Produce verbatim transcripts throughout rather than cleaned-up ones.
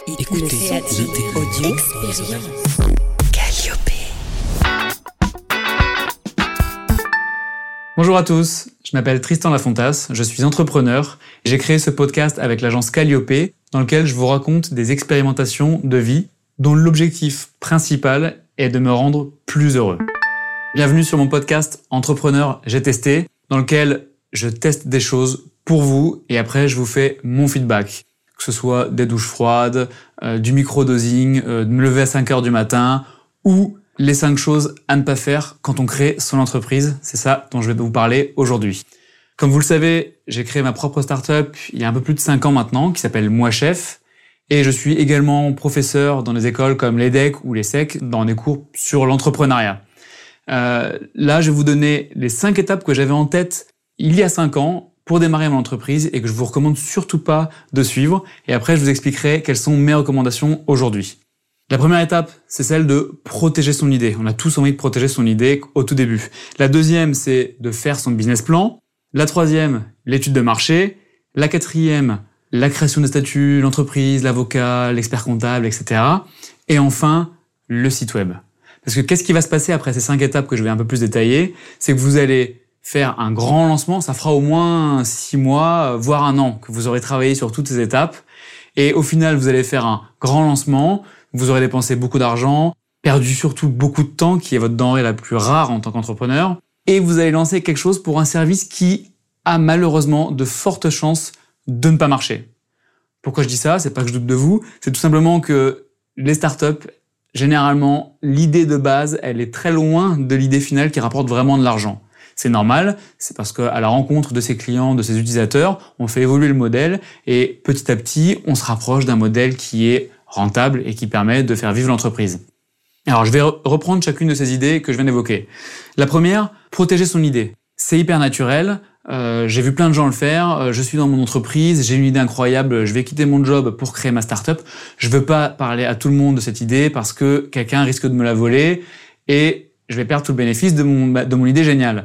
Écoutez, audio, expérience. Calliope. Bonjour à tous, je m'appelle Tristan Lafontasse, je suis entrepreneur. J'ai créé ce podcast avec l'agence Calliope dans lequel je vous raconte des expérimentations de vie dont l'objectif principal est de me rendre plus heureux. Bienvenue sur mon podcast Entrepreneur, j'ai testé, dans lequel je teste des choses pour vous et après je vous fais mon feedback. Que ce soit des douches froides, euh, du micro-dosing, euh, de me lever à cinq heures du matin ou les cinq choses à ne pas faire quand on crée son entreprise. C'est ça dont je vais vous parler aujourd'hui. Comme vous le savez, j'ai créé ma propre start-up il y a un peu plus de cinq ans maintenant qui s'appelle Moi Chef et je suis également professeur dans des écoles comme l'EDEC ou l'ESSEC dans des cours sur l'entrepreneuriat. Euh, là, je vais vous donner les cinq étapes que j'avais en tête il y a cinq ans pour démarrer mon entreprise et que je vous recommande surtout pas de suivre. Et après, je vous expliquerai quelles sont mes recommandations aujourd'hui. La première étape, c'est celle de protéger son idée. On a tous envie de protéger son idée au tout début. La deuxième, c'est de faire son business plan. La troisième, l'étude de marché. La quatrième, la création des statuts, l'entreprise, l'avocat, l'expert comptable, et cetera. Et enfin, le site web. Parce que qu'est-ce qui va se passer après ces cinq étapes que je vais un peu plus détailler? C'est que vous allez faire un grand lancement, ça fera au moins six mois, voire un an que vous aurez travaillé sur toutes ces étapes. Et au final, vous allez faire un grand lancement, vous aurez dépensé beaucoup d'argent, perdu surtout beaucoup de temps, qui est votre denrée la plus rare en tant qu'entrepreneur. Et vous allez lancer quelque chose pour un service qui a malheureusement de fortes chances de ne pas marcher. Pourquoi je dis ça? C'est pas que je doute de vous, c'est tout simplement que les startups, généralement, l'idée de base, elle est très loin de l'idée finale qui rapporte vraiment de l'argent. C'est normal, c'est parce qu'à la rencontre de ses clients, de ses utilisateurs, on fait évoluer le modèle et petit à petit, on se rapproche d'un modèle qui est rentable et qui permet de faire vivre l'entreprise. Alors, je vais reprendre chacune de ces idées que je viens d'évoquer. La première, protéger son idée. C'est hyper naturel. Euh, j'ai vu plein de gens le faire. Je suis dans mon entreprise, j'ai une idée incroyable. Je vais quitter mon job pour créer ma start-up. Je veux pas parler à tout le monde de cette idée parce que quelqu'un risque de me la voler et je vais perdre tout le bénéfice de mon, de mon idée géniale.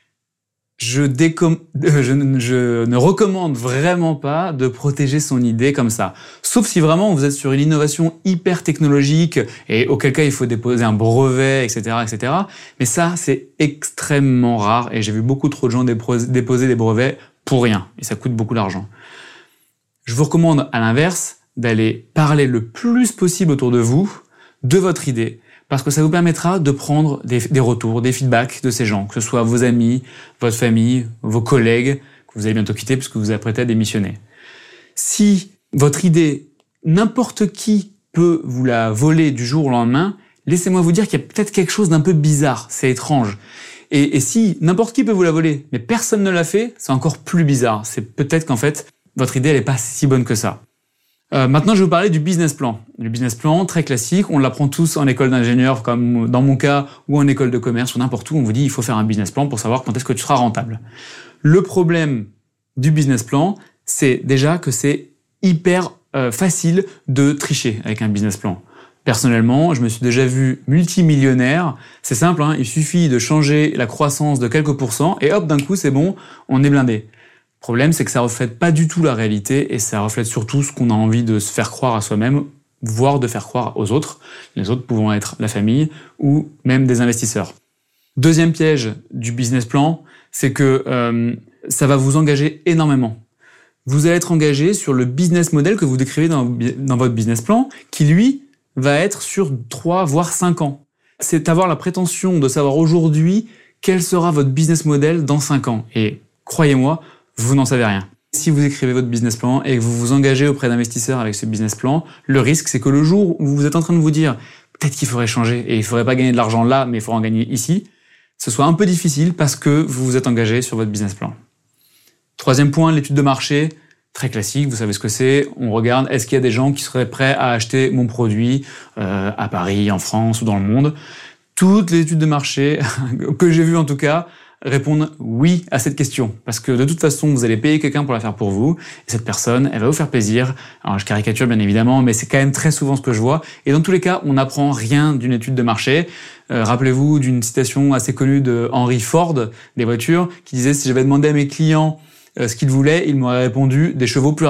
Je, décom... je, ne, je ne recommande vraiment pas de protéger son idée comme ça. Sauf si vraiment vous êtes sur une innovation hyper technologique et auquel cas il faut déposer un brevet, et cetera, et cetera. Mais ça, c'est extrêmement rare et j'ai vu beaucoup trop de gens déposer des brevets pour rien. Et ça coûte beaucoup d'argent. Je vous recommande à l'inverse d'aller parler le plus possible autour de vous de votre idée. Parce que ça vous permettra de prendre des, des retours, des feedbacks de ces gens, que ce soit vos amis, votre famille, vos collègues, que vous allez bientôt quitter puisque vous vous apprêtez à démissionner. Si votre idée, n'importe qui peut vous la voler du jour au lendemain, laissez-moi vous dire qu'il y a peut-être quelque chose d'un peu bizarre, c'est étrange. Et, et si n'importe qui peut vous la voler, mais personne ne l'a fait, c'est encore plus bizarre. C'est peut-être qu'en fait, votre idée, elle n'est pas si bonne que ça. Euh, maintenant, je vais vous parler du business plan. Le business plan, très classique, on l'apprend tous en école d'ingénieur, comme dans mon cas, ou en école de commerce, ou n'importe où, on vous dit il faut faire un business plan pour savoir quand est-ce que tu seras rentable. Le problème du business plan, c'est déjà que c'est hyper euh, facile de tricher avec un business plan. Personnellement, je me suis déjà vu multimillionnaire. C'est simple, hein, il suffit de changer la croissance de quelques pourcents, et hop, d'un coup, c'est bon, on est blindé. Le problème, c'est que ça reflète pas du tout la réalité et ça reflète surtout ce qu'on a envie de se faire croire à soi-même, voire de faire croire aux autres, les autres pouvant être la famille ou même des investisseurs. Deuxième piège du business plan, c'est que euh, ça va vous engager énormément. Vous allez être engagé sur le business model que vous décrivez dans, dans votre business plan, qui lui va être sur trois voire cinq ans. C'est avoir la prétention de savoir aujourd'hui quel sera votre business model dans cinq ans. Et croyez-moi, vous n'en savez rien. Si vous écrivez votre business plan et que vous vous engagez auprès d'investisseurs avec ce business plan, le risque, c'est que le jour où vous êtes en train de vous dire peut-être qu'il faudrait changer et il ne faudrait pas gagner de l'argent là, mais il faudra en gagner ici, ce soit un peu difficile parce que vous vous êtes engagé sur votre business plan. Troisième point, l'étude de marché, très classique, vous savez ce que c'est. On regarde, est-ce qu'il y a des gens qui seraient prêts à acheter mon produit euh, à Paris, en France ou dans le monde? Toutes les études de marché, que j'ai vues en tout cas, répondre oui à cette question. Parce que de toute façon, vous allez payer quelqu'un pour la faire pour vous. Et cette personne, elle va vous faire plaisir. Alors, je caricature bien évidemment, mais c'est quand même très souvent ce que je vois. Et dans tous les cas, on n'apprend rien d'une étude de marché. Euh, rappelez-vous d'une citation assez connue de Henry Ford, des voitures, qui disait « Si j'avais demandé à mes clients euh, ce qu'ils voulaient, ils m'auraient répondu des chevaux plus rapides ».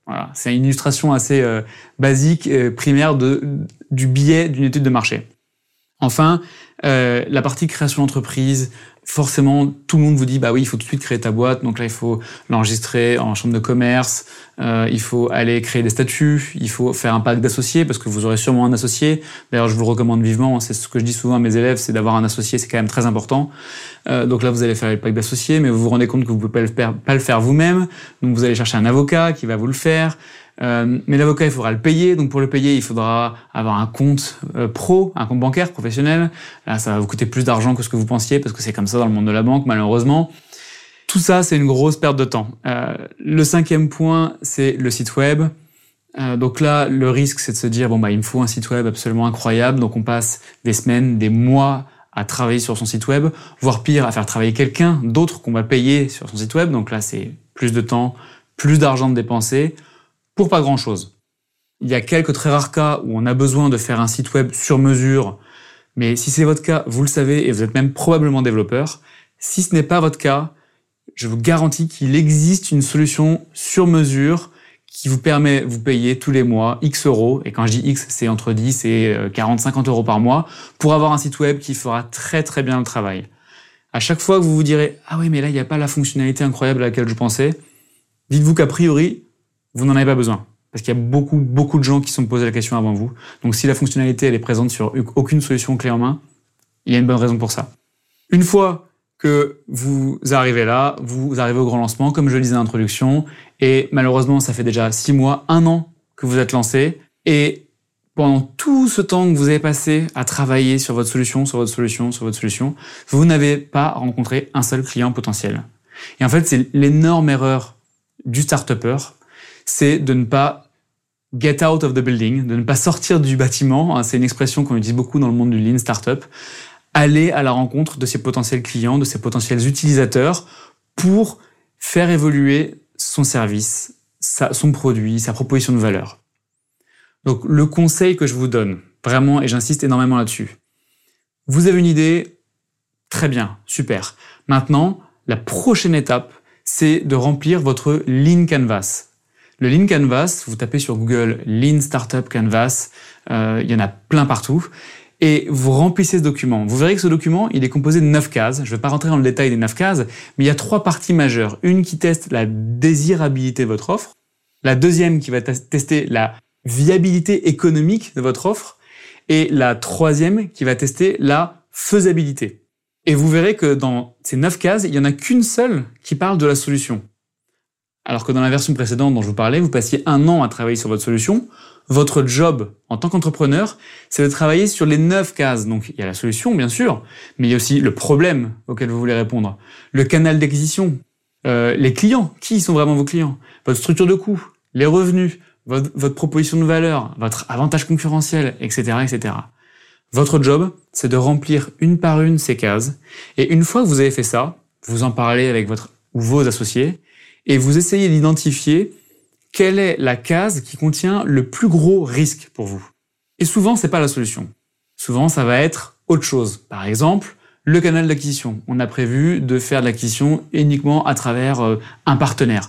Voilà, c'est une illustration assez euh, basique, euh, primaire de, du biais d'une étude de marché. Enfin, euh, la partie création d'entreprise, forcément, tout le monde vous dit, bah oui, il faut tout de suite créer ta boîte. Donc là, il faut l'enregistrer en chambre de commerce. Euh, il faut aller créer des statuts. Il faut faire un pacte d'associés parce que vous aurez sûrement un associé. D'ailleurs, je vous le recommande vivement. C'est ce que je dis souvent à mes élèves, c'est d'avoir un associé. C'est quand même très important. Euh, donc là, vous allez faire le pacte d'associés, mais vous vous rendez compte que vous pouvez pas le faire, pas le faire vous-même. Donc vous allez chercher un avocat qui va vous le faire. Euh, mais l'avocat, il faudra le payer. Donc pour le payer, il faudra avoir un compte euh, pro, un compte bancaire professionnel. Là, ça va vous coûter plus d'argent que ce que vous pensiez parce que c'est comme ça dans le monde de la banque, malheureusement. Tout ça, c'est une grosse perte de temps. Euh, le cinquième point, c'est le site web. Euh, donc là, le risque, c'est de se dire, bon, bah, il me faut un site web absolument incroyable. Donc on passe des semaines, des mois à travailler sur son site web, voire pire, à faire travailler quelqu'un d'autre qu'on va payer sur son site web. Donc là, c'est plus de temps, plus d'argent de dépenser pour pas grand-chose. Il y a quelques très rares cas où on a besoin de faire un site web sur mesure, mais si c'est votre cas, vous le savez et vous êtes même probablement développeur. Si ce n'est pas votre cas, je vous garantis qu'il existe une solution sur mesure qui vous permet de vous payer tous les mois X euros, et quand je dis X, c'est entre dix et quarante, cinquante euros par mois, pour avoir un site web qui fera très très bien le travail. À chaque fois que vous vous direz « Ah oui, mais là, il n'y a pas la fonctionnalité incroyable à laquelle je pensais », dites-vous qu'a priori, vous n'en avez pas besoin. Parce qu'il y a beaucoup, beaucoup de gens qui se sont posés la question avant vous. Donc si la fonctionnalité, elle est présente sur aucune solution clé en main, il y a une bonne raison pour ça. Une fois que vous arrivez là, vous arrivez au grand lancement, comme je le disais en introduction, et malheureusement, ça fait déjà six mois, un an que vous êtes lancé, et pendant tout ce temps que vous avez passé à travailler sur votre solution, sur votre solution, sur votre solution, vous n'avez pas rencontré un seul client potentiel. Et en fait, c'est l'énorme erreur du start-upper, c'est de ne pas get out of the building, de ne pas sortir du bâtiment. C'est une expression qu'on utilise beaucoup dans le monde du Lean Startup. Aller à la rencontre de ses potentiels clients, de ses potentiels utilisateurs pour faire évoluer son service, sa, son produit, sa proposition de valeur. Donc, le conseil que je vous donne, vraiment, et j'insiste énormément là-dessus, vous avez une idée, très bien, super. Maintenant, la prochaine étape, c'est de remplir votre Lean Canvas. Le Lean Canvas, vous tapez sur Google Lean Startup Canvas, euh, il y en a plein partout, et vous remplissez ce document. Vous verrez que ce document, il est composé de neuf cases. Je ne vais pas rentrer dans le détail des neuf cases, mais il y a trois parties majeures. Une qui teste la désirabilité de votre offre, la deuxième qui va t- tester la viabilité économique de votre offre, et la troisième qui va tester la faisabilité. Et vous verrez que dans ces neuf cases, il n'y en a qu'une seule qui parle de la solution. Alors que dans la version précédente dont je vous parlais, vous passiez un an à travailler sur votre solution. Votre job en tant qu'entrepreneur, c'est de travailler sur les neuf cases. Donc il y a la solution, bien sûr, mais il y a aussi le problème auquel vous voulez répondre, le canal d'acquisition, euh, les clients, qui sont vraiment vos clients, votre structure de coût, les revenus, votre, votre proposition de valeur, votre avantage concurrentiel, et cetera, et cetera. Votre job, c'est de remplir une par une ces cases. Et une fois que vous avez fait ça, vous en parlez avec votre ou vos associés, et vous essayez d'identifier quelle est la case qui contient le plus gros risque pour vous. Et souvent, c'est pas la solution. Souvent, ça va être autre chose. Par exemple, le canal d'acquisition. On a prévu de faire de l'acquisition uniquement à travers euh, un partenaire.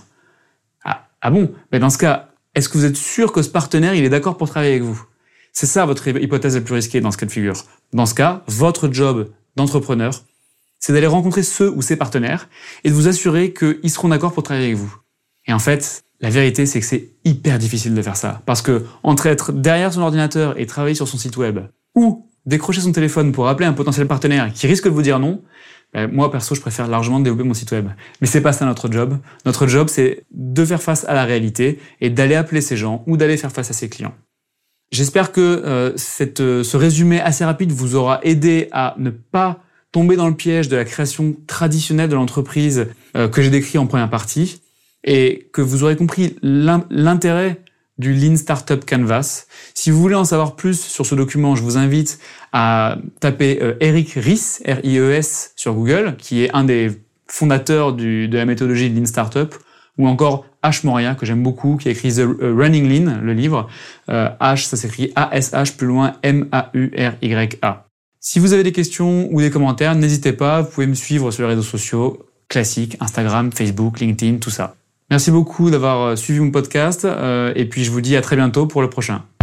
Ah, ah bon? Mais dans ce cas, est-ce que vous êtes sûr que ce partenaire, il est d'accord pour travailler avec vous? C'est ça votre hypothèse la plus risquée dans ce cas de figure. Dans ce cas, votre job d'entrepreneur, c'est d'aller rencontrer ceux ou ses partenaires et de vous assurer qu'ils seront d'accord pour travailler avec vous. Et en fait, la vérité, c'est que c'est hyper difficile de faire ça. Parce que entre être derrière son ordinateur et travailler sur son site web, ou décrocher son téléphone pour appeler un potentiel partenaire qui risque de vous dire non, ben moi, perso, je préfère largement développer mon site web. Mais c'est pas ça notre job. Notre job, c'est de faire face à la réalité et d'aller appeler ces gens ou d'aller faire face à ses clients. J'espère que euh, cette, euh, ce résumé assez rapide vous aura aidé à ne pas tomber dans le piège de la création traditionnelle de l'entreprise euh, que j'ai décrit en première partie et que vous aurez compris l'intérêt du Lean Startup Canvas. Si vous voulez en savoir plus sur ce document, je vous invite à taper euh, Eric Ries, R I E S, sur Google, qui est un des fondateurs du, de la méthodologie de Lean Startup, ou encore H. Moria, que j'aime beaucoup, qui a écrit The Running Lean, le livre. Euh, H, ça s'écrit A S H, plus loin M A U R Y A. Si vous avez des questions ou des commentaires, n'hésitez pas, vous pouvez me suivre sur les réseaux sociaux classiques, Instagram, Facebook, LinkedIn, tout ça. Merci beaucoup d'avoir suivi mon podcast euh, et puis je vous dis à très bientôt pour le prochain.